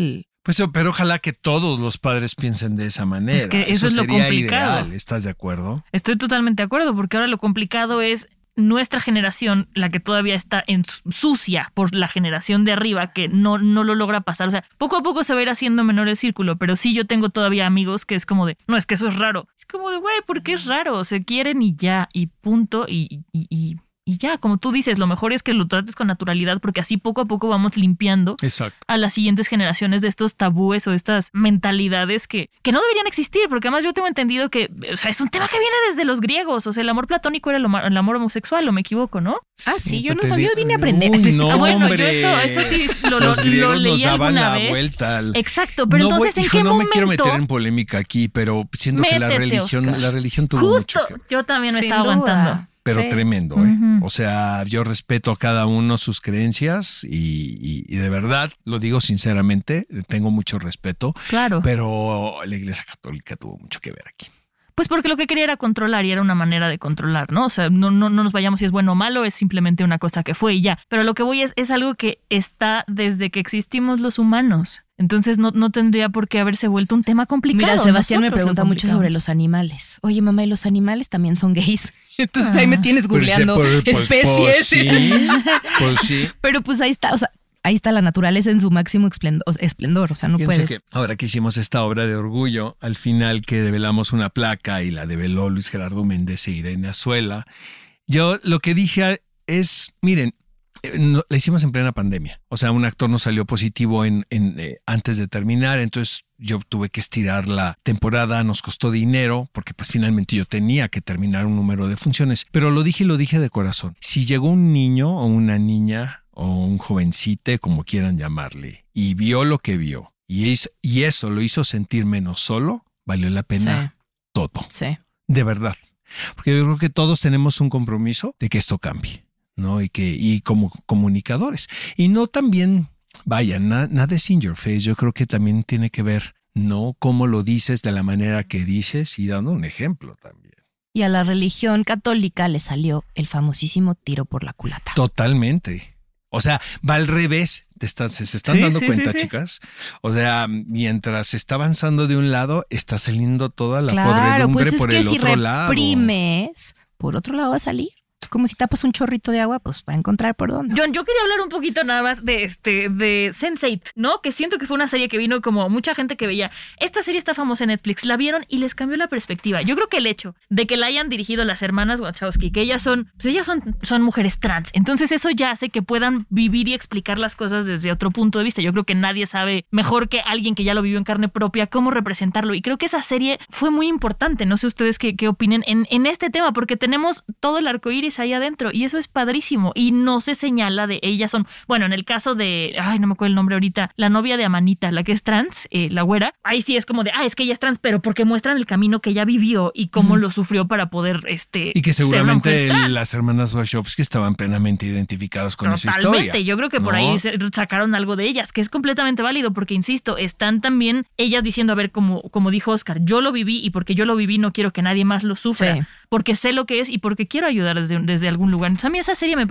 Pues, pero ojalá que todos los padres piensen de esa manera. Es que eso es lo sería complicado. ideal, ¿estás de acuerdo? Estoy totalmente de acuerdo, porque ahora lo complicado es nuestra generación, la que todavía está sucia por la generación de arriba, que no lo logra pasar. O sea, poco a poco se va a ir haciendo menor el círculo, pero sí yo tengo todavía amigos que es como de, no, es que eso es raro. Es como de, güey, ¿por qué es raro? Se quieren y ya, y punto, y ya, como tú dices, lo mejor es que lo trates con naturalidad, porque así poco a poco vamos limpiando a las siguientes generaciones de estos tabúes o estas mentalidades que no deberían existir, porque además yo tengo entendido que, o sea, es un tema que viene desde los griegos. O sea, el amor platónico era el amor homosexual, o me equivoco, ¿no? Ah, sí, yo no sabía, vine a aprender. Uy, no, bueno, hombre. yo eso sí los griegos leí nos daban alguna la vez. vuelta. Exacto, pero entonces, ¿en qué no momento? me quiero meter en polémica aquí, pero siento que la Métete, religión tuvo Justo, mucho que ver. yo también me Sin estaba duda. aguantando. Pero Sí. tremendo, ¿eh? Ujú. O sea, yo respeto a cada uno sus creencias y de verdad, lo digo sinceramente, tengo mucho respeto, Claro. pero la Iglesia Católica tuvo mucho que ver aquí. Pues porque lo que quería era controlar y era una manera de controlar, ¿no? O sea, no nos vayamos si es bueno o malo, es simplemente una cosa que fue y ya. Pero lo que voy es algo que está desde que existimos los humanos. Entonces no tendría por qué haberse vuelto un tema complicado. Mira, Sebastián me Nosotros lo pregunta mucho sobre complicamos. los animales. Oye, mamá, ¿y los animales también son gays? Entonces ahí me tienes googleando especies. Pues sí. Pero pues ahí está, o sea, ahí está la naturaleza en su máximo esplendor, o sea, no Pienso puedes. que ahora que hicimos esta obra de orgullo, al final que develamos una placa y la develó Luis Gerardo Méndez e Irene Azuela, yo lo que dije es, miren, la hicimos en plena pandemia. O sea, un actor nos salió positivo antes de terminar, entonces yo tuve que estirar la temporada, nos costó dinero, porque pues finalmente yo tenía que terminar un número de funciones. Pero lo dije de corazón. Si llegó un niño o una niña o un jovencite, como quieran llamarle, y vio lo que vio, y eso lo hizo sentir menos solo, valió la pena todo. Sí. De verdad. Porque yo creo que todos tenemos un compromiso de que esto cambie, ¿no? Y como comunicadores. Y no también, vaya, nada es in your face. Yo creo que también tiene que ver, ¿no? Cómo lo dices, de la manera que dices y dando un ejemplo también. Y a la religión católica le salió el famosísimo tiro por la culata. Totalmente. O sea, va al revés. ¿Se están dando cuenta, chicas? O sea, mientras se está avanzando de un lado, está saliendo toda la podredumbre pues es por que el si otro lado. reprimes, por otro lado va a salir. Es como si tapas un chorrito de agua, pues va a encontrar por dónde. John, yo quería hablar un poquito nada más de Sense8, ¿no? Que siento que fue una serie que vino como mucha gente que veía. Esta serie está famosa en Netflix, la vieron y les cambió la perspectiva. Yo creo que el hecho de que la hayan dirigido las hermanas Wachowski, que ellas son mujeres trans, entonces eso ya hace que puedan vivir y explicar las cosas desde otro punto de vista. Yo creo que nadie sabe mejor que alguien que ya lo vivió en carne propia cómo representarlo, y creo que esa serie fue muy importante. No sé ustedes qué opinen en este tema, porque tenemos todo el arcoíris ahí adentro y eso es padrísimo, y no se señala de ellas son, bueno, en el caso de, no me acuerdo el nombre ahorita, la novia de Amanita, la que es trans, la güera, ahí sí es como de, es que ella es trans, pero porque muestran el camino que ella vivió y cómo lo sufrió para poder, y que seguramente ser una mujer trans. las hermanas Wachowski estaban plenamente identificadas con esa Totalmente, historia. yo creo que por ahí sacaron algo de ellas, que es completamente válido, porque insisto, están también ellas diciendo, a ver, como dijo Oscar, yo lo viví y porque yo lo viví no quiero que nadie más lo sufra, Sí. porque sé lo que es y porque quiero ayudar desde algún lugar. Entonces a mí esa serie me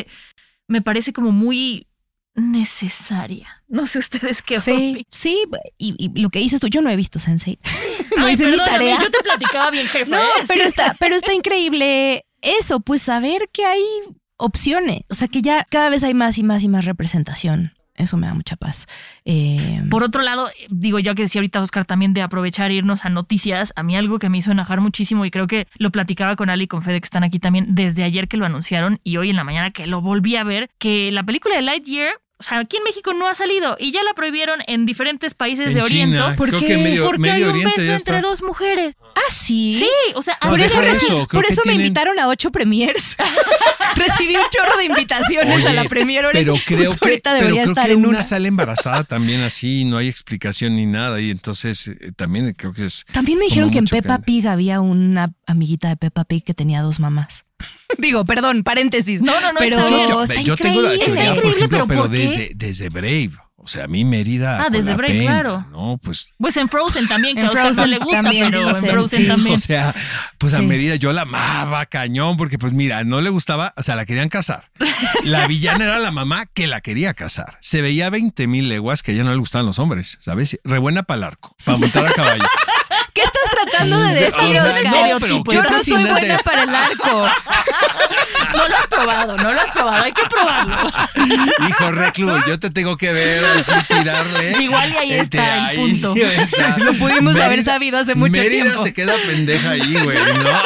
parece como muy necesaria. No sé ustedes qué opinan. Sí, y lo que dices tú, yo no he visto Sense8. No hice mi perdóname, tarea. yo te platicaba bien, jefa. No, pero está increíble eso, pues saber que hay opciones, o sea que ya cada vez hay más y más y más representación. Eso me da mucha paz. Por otro lado, digo, ya que decía ahorita Oscar también de aprovechar e irnos a noticias, a mí algo que me hizo enojar muchísimo, y creo que lo platicaba con Ali y con Fede, que están aquí también, desde ayer que lo anunciaron y hoy en la mañana que lo volví a ver, que la película de Lightyear, o sea, aquí en México no ha salido y ya la prohibieron en diferentes países de Oriente. China, ¿Por creo qué? que Medio Porque hay un Oriente beso ya entre está. dos mujeres. Ah, sí. Sí, o sea, No, Por deja eso, eso, creo por que eso me tienen- invitaron a 8 premiers. Recibí un chorro de invitaciones Oye, a la premier. pero creo Justo ahorita debería estar que en una una. sale embarazada también así, no hay explicación ni nada, y entonces también creo que es... También me como dijeron que en mucho Peppa Pig había una amiguita de Peppa Pig que tenía 2 mamás. Digo, perdón, paréntesis. No, pero está bien. Yo tengo la increíble. teoría, Está por increíble, ejemplo, pero pero ¿por qué? desde Brave. O sea, a mí Mérida. Ah, desde Brave, claro. No, pues. Pues en Frozen también, que En a Oscar no Frozen le gusta, también pero en dicen, Frozen sí. también. O sea, pues a Sí. Mérida yo la amaba cañón, porque pues mira, no le gustaba, o sea, la querían casar. La villana era la mamá que la quería casar. Se veía 20,000 leguas que a ella no le gustaban los hombres, ¿sabes? Re buena para el arco, para montar a caballo. ¿Qué estás tratando de decir, O sea, Oscar? no, pero qué Yo no soy fascinante. buena para el arco. No lo has probado, hay que probarlo. Hijo reclu, yo te tengo que ver así tirarle. Igual y ahí está el punto. Sí está. Lo pudimos haber sabido hace mucho Mérida tiempo. se queda pendeja ahí, güey, ¿no?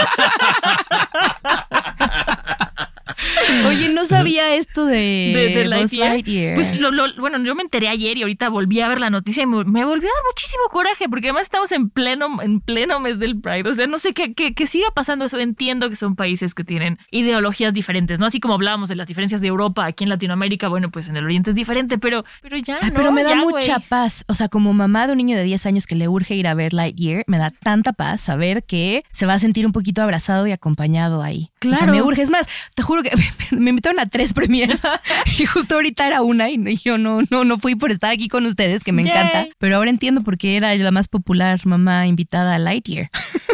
Oye, no sabía esto de Buzz Lightyear. Pues bueno, yo me enteré ayer y ahorita volví a ver la noticia y me volvió a dar muchísimo coraje porque además estamos en pleno mes del Pride. O sea, no sé qué siga pasando eso. Entiendo que son países que tienen ideologías diferentes, ¿no? Así como hablábamos de las diferencias de Europa, aquí en Latinoamérica, bueno, pues en el Oriente es diferente, pero ya Ay, no. pero me da ya, mucha güey. paz. O sea, como mamá de un niño de 10 años que le urge ir a ver Lightyear, me da tanta paz saber que se va a sentir un poquito abrazado y acompañado ahí. O sea, Claro. me urge. Es más, te juro que me invitaron a 3 premiers y justo ahorita era una y yo no fui por estar aquí con ustedes, que me Yay. encanta. Pero ahora entiendo por qué era la más popular mamá invitada a Lightyear.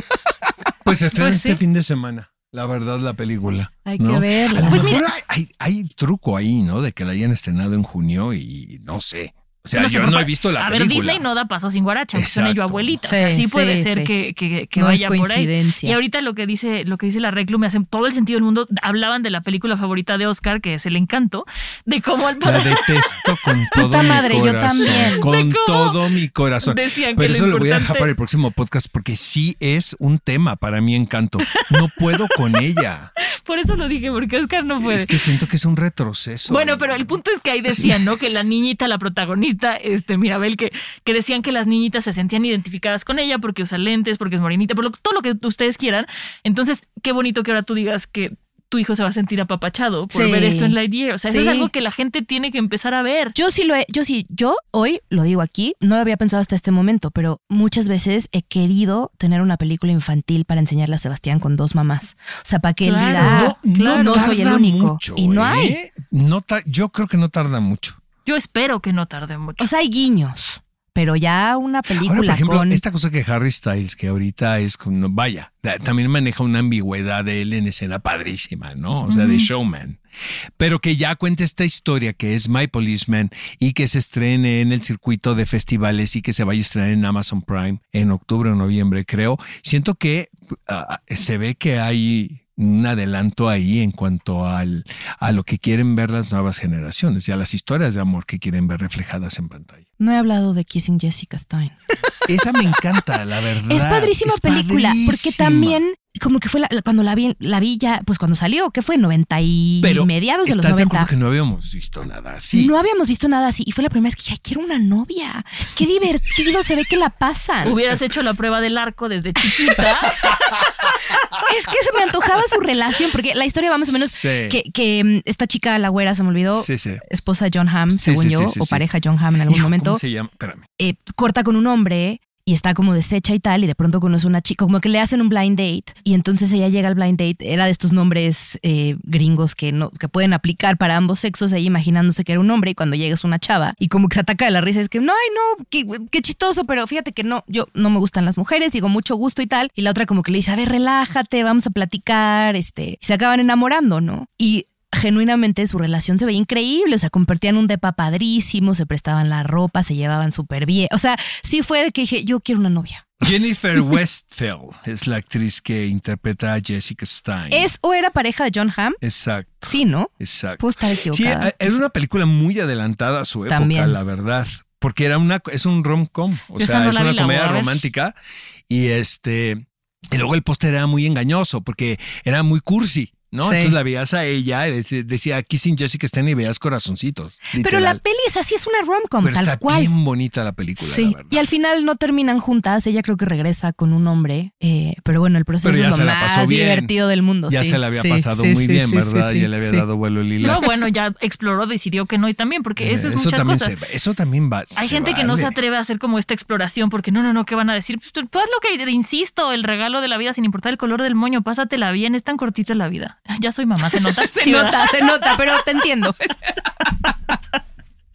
Pues se estrena Pues sí. este fin de semana, la verdad, la película. Hay ¿no? que verla. A lo Pues mejor hay truco ahí, ¿no? De que la hayan estrenado en junio y no sé. O sea, No sé, yo pero no he visto la a película. ver, Disney no da paso sin guaracha, que son ello Exacto. abuelita. O sea, Sí, sí puede sí, ser sí. que No es vaya por ahí. coincidencia. Y ahorita lo que dice la Reclu me hace todo el sentido del mundo. Hablaban de la película favorita de Oscar, que es El Encanto, de cómo al La detesto con todo Puta mi madre, yo corazón. también. Con ¿De cómo? todo mi corazón. Decían que Pero lo eso lo voy a dejar importante- para el próximo podcast porque sí es un tema para mí Encanto. No puedo con ella. Por eso lo dije, porque Oscar no puede. Es que siento que es un retroceso. Bueno, pero el punto es que ahí decían, ¿no? Que la niñita, la protagonista, Mirabel, que decían que las niñitas se sentían identificadas con ella porque usa lentes, porque es morenita, todo lo que ustedes quieran. Entonces, qué bonito que ahora tú digas que tu hijo se va a sentir apapachado por Sí. ver esto en Lightyear. O sea, eso Sí. es algo que la gente tiene que empezar a ver. Yo hoy lo digo aquí, no lo había pensado hasta este momento, pero muchas veces he querido tener una película infantil para enseñarle a Sebastián con 2 mamás. O sea, para que él Claro. diga, claro. no soy el tarda único. mucho, Y no hay. Yo creo que no tarda mucho. Yo espero que no tarde mucho. O sea, hay guiños, pero ya una película Ahora, por ejemplo, con... esta cosa que Harry Styles, que ahorita es como, vaya, también maneja una ambigüedad de él en escena padrísima, ¿no? O sea, de showman. Pero que ya cuenta esta historia que es My Policeman y que se estrene en el circuito de festivales y que se vaya a estrenar en Amazon Prime en octubre o noviembre, creo. Siento que se ve que hay un adelanto ahí en cuanto a lo que quieren ver las nuevas generaciones y a las historias de amor que quieren ver reflejadas en pantalla. No he hablado de Kissing Jessica Stein. Esa me encanta, la verdad. Es padrísima Es película, porque padrísima. también como que fue cuando la vi ya, pues cuando salió, que fue 90 y mediados de los ¿estás 90. de acuerdo que no habíamos visto nada así? No habíamos visto nada así y fue la primera vez que dije, quiero una novia. Qué divertido se ve que la pasan. Hubieras hecho la prueba del arco desde chiquita. Es que se me antojaba su relación, porque la historia va más o menos Sí. que esta chica, la güera, se me olvidó, Sí, sí. esposa de John Hamm, Sí, según sí, yo, sí, sí, o sí. pareja John Hamm en algún Hijo, momento, ¿cómo se llama? Espérame. corta con un hombre y está como deshecha y tal, y de pronto conoce una chica, como que le hacen un blind date, y entonces ella llega al blind date, era de estos nombres gringos que pueden aplicar para ambos sexos, ella imaginándose que era un hombre, y cuando llega es una chava, y como que se ataca de la risa, es que no, ay no, qué chistoso, pero fíjate que no, yo no me gustan las mujeres, digo mucho gusto y tal, y la otra como que le dice, a ver, relájate, vamos a platicar, y se acaban enamorando, ¿no? Y genuinamente su relación se veía increíble, o sea, compartían un depa padrísimo, se prestaban la ropa, se llevaban súper bien, o sea, sí fue de que dije, yo quiero una novia. Jennifer Westphal es la actriz que interpreta a Jessica Stein. ¿Es o era pareja de John Hamm? Exacto. Sí, ¿no? Exacto. Puedo estar Sí, equivocada. era una película muy adelantada a su época, También. la verdad. Porque es un rom-com, o Yo esa sea, no es la vi, una la voy comedia a ver. romántica. Y y luego el póster era muy engañoso porque era muy cursi, ¿no? Sí. Entonces la veías a ella y decía Kissing Jessica Stein y veías corazoncitos. Pero la literal. peli es así, es una rom-com, Pero tal está cual. bien bonita la película, Sí, la verdad. y al final no terminan juntas, ella creo que regresa con un hombre, pero bueno, el proceso Pero ya es lo se la pasó más bien. divertido del mundo. Ya sí, se la había sí, pasado sí, muy sí, bien, sí, ¿verdad? sí, Ya le había sí. dado vuelo lila. No, bueno, ya exploró, decidió que no y también, porque eso es muchas también cosas. eso también va. Hay se gente que no se vale. atreve a hacer como esta exploración porque no, ¿qué van a decir? Pues tú haz lo que, insisto, el regalo de la vida sin importar el color del moño, pásatela bien, es tan cortita la vida. Ya soy mamá, ¿se nota? Se Sí, ¿verdad? nota, pero te entiendo.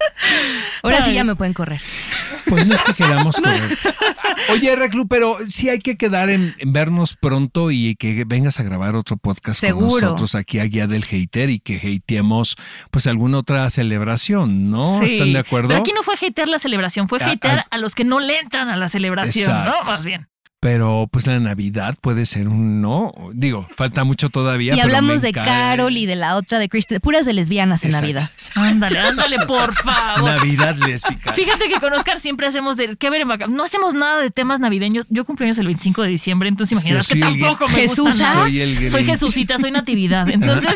Ahora sí ya me pueden correr. Pues no es que queramos correr. Oye, Reclu, pero sí hay que quedar en vernos pronto y que vengas a grabar otro podcast Seguro. con nosotros aquí a Guía del Hater y que hateemos pues alguna otra celebración, ¿no? Sí. ¿Están de acuerdo? Pero aquí no fue hatear la celebración, fue hatear a los que no le entran a la celebración, Exacto. ¿no? Más bien. Pero pues la Navidad puede ser un no. Digo, falta mucho todavía. Y pero hablamos me de encanta. Carol y de la otra de Kristen, puras de lesbianas en Exacto. Navidad. Ándale, por favor. Navidad lésbica. Fíjate que con Oscar siempre hacemos ¿qué ver en vacaciones? No hacemos nada de temas navideños. Yo cumplo años el 25 de diciembre, entonces Es que imaginas que yo soy el tampoco me Jesús, gusta nada. soy el Grinch. Soy Jesucita, soy Natividad. Entonces,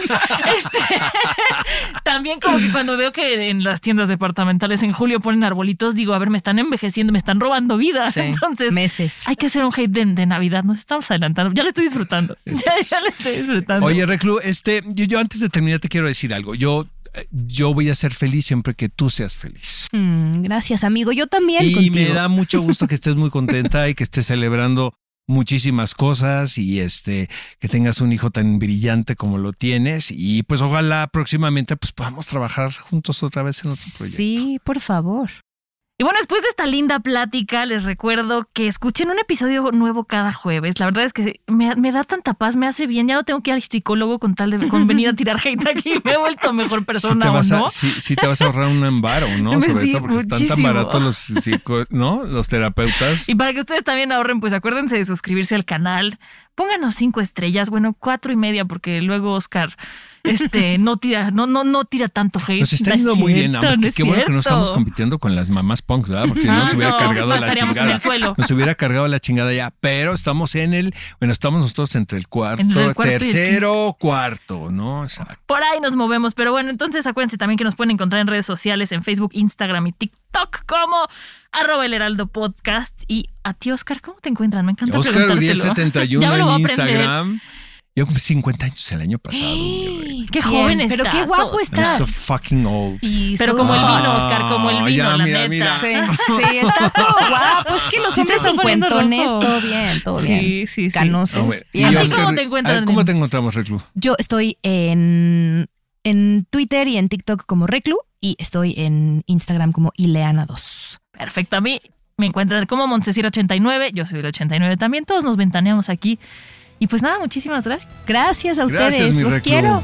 también como que cuando veo que en las tiendas departamentales en julio ponen arbolitos, digo, a ver, me están envejeciendo, me están robando vida. Sí, Entonces, meses. hay que hacer un hate de Navidad. Nos estamos adelantando. Ya lo estoy disfrutando. Ya lo estoy disfrutando. Oye, Reclu, yo antes de terminar te quiero decir algo. Yo voy a ser feliz siempre que tú seas feliz. Gracias, amigo. Yo también Y contigo. me da mucho gusto que estés muy contenta y que estés celebrando muchísimas cosas y que tengas un hijo tan brillante como lo tienes y pues ojalá próximamente pues podamos trabajar juntos otra vez en otro proyecto. Sí, por favor. Y bueno, después de esta linda plática, les recuerdo que escuchen un episodio nuevo cada jueves. La verdad es que me da tanta paz, me hace bien. Ya no tengo que ir al psicólogo con venir a tirar hate aquí. Me he vuelto mejor persona, ¿no? Sí te vas a ahorrar un embaro, ¿no? Sobre Sí, todo porque están tan muchísimo. baratos los terapeutas. Y para que ustedes también ahorren, pues acuérdense de suscribirse al canal. Pónganos 5 estrellas, bueno, 4.5, porque luego Oscar no tira tanto hate. Nos está No es yendo muy bien, cierto, nada más no que es qué bueno que no cierto. estamos compitiendo con las mamás punks, ¿verdad? Porque si no nos hubiera cargado la estaríamos en chingada. el suelo. Nos hubiera cargado la chingada ya, pero estamos estamos nosotros entre el cuarto, Entre el cuarto y el tercero, cuarto, ¿no? Exacto. Por ahí nos movemos, pero bueno, entonces acuérdense también que nos pueden encontrar en redes sociales, en Facebook, Instagram y TikTok como @elheraldopodcast. Y a ti, Oscar, ¿cómo te encuentran? Me encanta Oscar Uriel preguntártelo. 71 Ya me lo en voy a aprender. Instagram. Yo cumplí 50 años el año pasado. Qué joven Bien, pero estás, qué guapo Oscar. I'm so estás. fucking old. Y Pero so como el hot. vino, Oscar, como el vino, ya, la mira, neta. mira. Sí, estás todo guapo. Es que los Sí, se hombres está poniendo cincuentones, rojo. todo bien. Sí. Canosos. A ver, Bien. ¿Y Oscar, cómo te encuentran? ¿Cómo te encontramos, Reclu? Yo estoy en Twitter y en TikTok como Reclu y estoy en Instagram como Ileana2. Perfecto, a mí me encuentran como Montesir89, yo soy el 89 también, todos nos ventaneamos aquí. Y pues nada, muchísimas gracias. Gracias a Gracias, ustedes, mi los Reclu. quiero.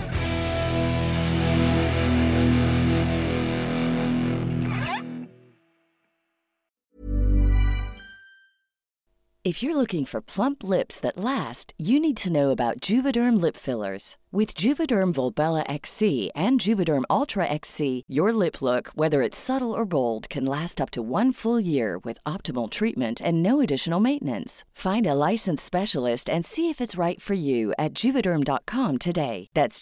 If you're looking for plump lips that last, you need to know about Juvederm lip fillers. With Juvederm Volbella XC and Juvederm Ultra XC, your lip look, whether it's subtle or bold, can last up to 1 full year with optimal treatment and no additional maintenance. Find a licensed specialist and see if it's right for you at Juvederm.com today. That's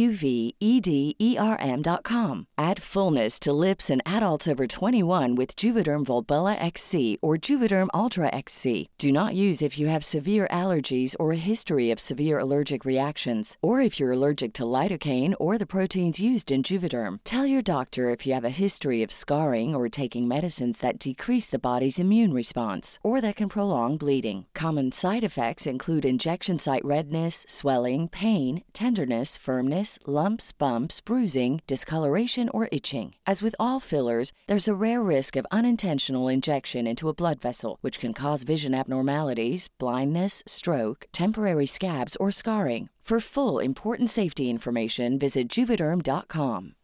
JUVEDERM.com. Add fullness to lips in adults over 21 with Juvederm Volbella XC or Juvederm Ultra XC. Do not use if you have severe allergies or a history of severe allergic reactions, or if you're allergic to lidocaine or the proteins used in Juvederm. Tell your doctor if you have a history of scarring or taking medicines that decrease the body's immune response or that can prolong bleeding. Common side effects include injection site redness, swelling, pain, tenderness, firmness, lumps, bumps, bruising, discoloration, or itching. As with all fillers, there's a rare risk of unintentional injection into a blood vessel, which can cause vision abnormalities, blindness, stroke, temporary scabs, or scarring. For full, important safety information, visit Juvederm.com.